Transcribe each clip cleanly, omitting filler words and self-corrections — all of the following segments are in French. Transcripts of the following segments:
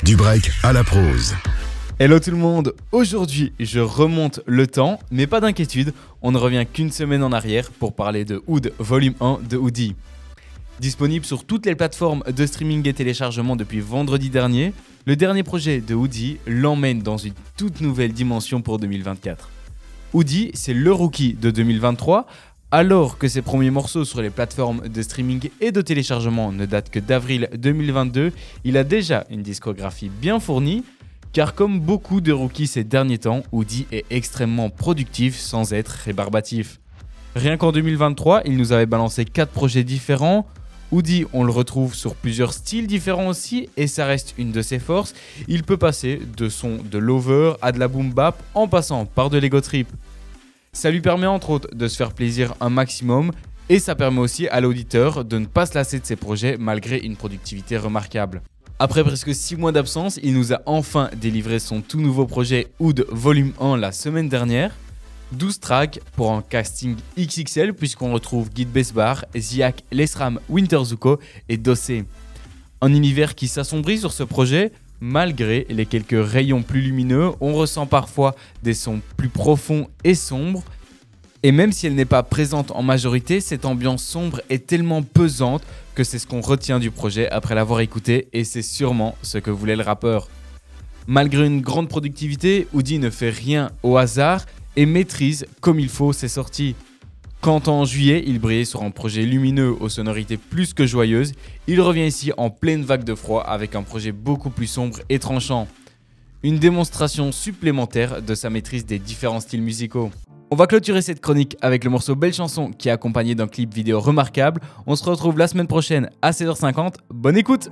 Du break à la prose. Hello tout le monde, aujourd'hui je remonte le temps, mais pas d'inquiétude, on ne revient qu'une semaine en arrière pour parler de Oud Volume 1 de Woody. Disponible sur toutes les plateformes de streaming et téléchargement depuis vendredi dernier, le dernier projet de Woody l'emmène dans une toute nouvelle dimension pour 2024. Woody, c'est le rookie de 2023, alors que ses premiers morceaux sur les plateformes de streaming et de téléchargement ne datent que d'avril 2022, il a déjà une discographie bien fournie, car comme beaucoup de rookies ces derniers temps, Woody est extrêmement productif sans être rébarbatif. Rien qu'en 2023, il nous avait balancé 4 projets différents. Woody, on le retrouve sur plusieurs styles différents aussi, et ça reste une de ses forces. Il peut passer de son de lover à de la boom bap en passant par de l'ego trip. Ça lui permet entre autres de se faire plaisir un maximum, et ça permet aussi à l'auditeur de ne pas se lasser de ses projets malgré une productivité remarquable. Après presque 6 mois d'absence, il nous a enfin délivré son tout nouveau projet Oud Volume 1 la semaine dernière. 12 tracks pour un casting XXL puisqu'on retrouve Guide Besbar, Ziak, Lesram, Winterzuko et Dossé. Un univers qui s'assombrit sur ce projet, malgré les quelques rayons plus lumineux, on ressent parfois des sons plus profonds et sombres. Et même si elle n'est pas présente en majorité, cette ambiance sombre est tellement pesante que c'est ce qu'on retient du projet après l'avoir écouté, et c'est sûrement ce que voulait le rappeur. Malgré une grande productivité, Woody ne fait rien au hasard et maîtrise comme il faut ses sorties. Quand en juillet, il brillait sur un projet lumineux aux sonorités plus que joyeuses, il revient ici en pleine vague de froid avec un projet beaucoup plus sombre et tranchant. Une démonstration supplémentaire de sa maîtrise des différents styles musicaux. On va clôturer cette chronique avec le morceau Belle Chanson qui est accompagné d'un clip vidéo remarquable. On se retrouve la semaine prochaine à 16h50. Bonne écoute!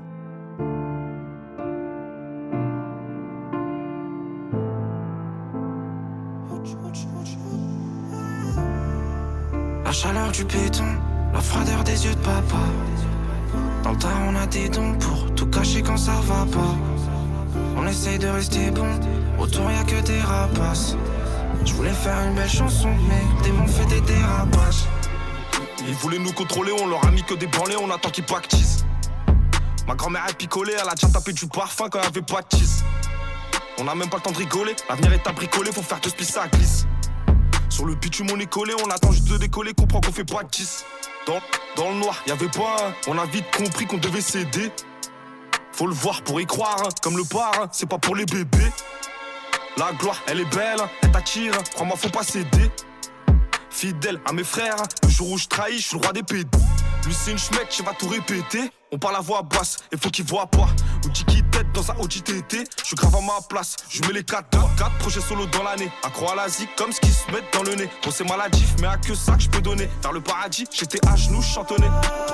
La chaleur du béton, la froideur des yeux de papa. Dans le tas on a des dons pour tout cacher quand ça va pas. On essaye de rester bon, autour y'a que des rapaces. Je voulais faire une belle chanson, mais des démons fait des dérapages. Ils voulaient nous contrôler, on leur a mis que des branlés, on attend qu'ils pactisent. Ma grand-mère est picolée, elle a déjà tapé du parfum quand il y avait pas de cheese. On a même pas le temps de rigoler, l'avenir est à bricoler, faut faire que ce ça glisse. Sur le bitume on est collé, on attend juste de décoller, comprend qu'on fait pas de 10. Dans le noir, y'avait pas un, on a vite compris qu'on devait céder. Faut le voir pour y croire, hein. Comme le parrain, c'est pas pour les bébés. La gloire, elle est belle, elle t'attire, crois-moi faut pas céder. Fidèle à mes frères, le jour où je trahis, je suis le roi des pédés. Lui c'est une schmette, il va tout répéter. On parle à voix basse, et faut qu'il voit pas. Audi qui tête dans un Audi TT, je suis grave à ma place, je mets les 4 projets solo dans l'année. Accro à la zik comme ce qui se met dans le nez. Bon c'est maladif, mais à que ça que je peux donner. Vers le paradis, j'étais à genoux, chantonnais.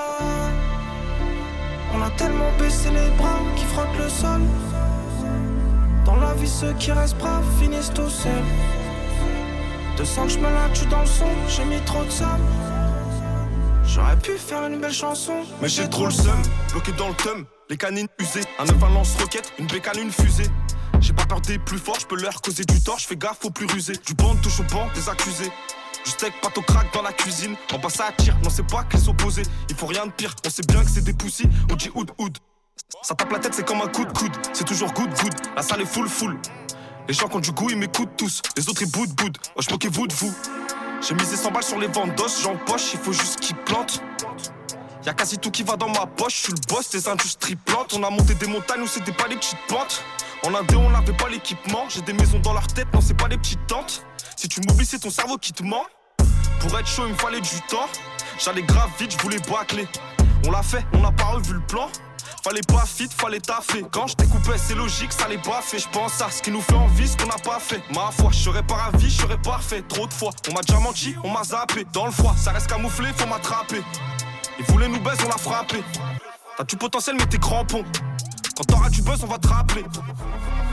On a tellement baissé les bras qui frottent le sol. Dans la vie ceux qui restent braves finissent tout seuls. De sang que je me la tue dans le son, j'ai mis trop de sable. J'aurais pu faire une belle chanson, mais j'ai trop le seum, bloqué dans le thum. Les canines usées, un œuf à lance-roquette, une bécane, une fusée. J'ai pas peur des plus forts, je peux leur causer du tort, je fais gaffe aux plus rusés. Du banc touche au banc des accusés. Du steak pâte au crack dans la cuisine. En bas ça attire, non c'est pas que les opposés. Il faut rien de pire, on sait bien que c'est des poussis. On dit oud. Ça tape la tête, c'est comme un coup de coude. C'est toujours good. La salle est full. Les gens qui ont du goût, ils m'écoutent tous. Les autres ils boudent. Oh, je moquez-vous de vous. J'ai misé 100 balles sur les vendos, j'empoche, il faut juste qu'ils plantent. Y'a quasi tout qui va dans ma poche, je suis le boss des industries plantes. On a monté des montagnes où c'était pas les petites pentes. En Indé on n'avait pas l'équipement, j'ai des maisons dans leur tête, non c'est pas les petites tentes. Si tu m'oublies c'est ton cerveau qui te ment. Pour être chaud il me fallait du temps. J'allais grave vite, je voulais bâcler. On l'a fait, on n'a pas revu le plan. Fallait pas fit, fallait taffer. Quand je découpais, c'est logique, ça l'est pas fait. Je pense à ce qui nous fait envie, ce qu'on n'a pas fait. Ma foi, je serais pas ravi, je serais parfait. Trop de fois, on m'a déjà menti, on m'a zappé. Dans le froid, ça reste camouflé, faut m'attraper. Ils voulaient nous baiser, on l'a frappé. T'as du potentiel, mais t'es crampon. Quand t'auras du buzz, on va te rappeler.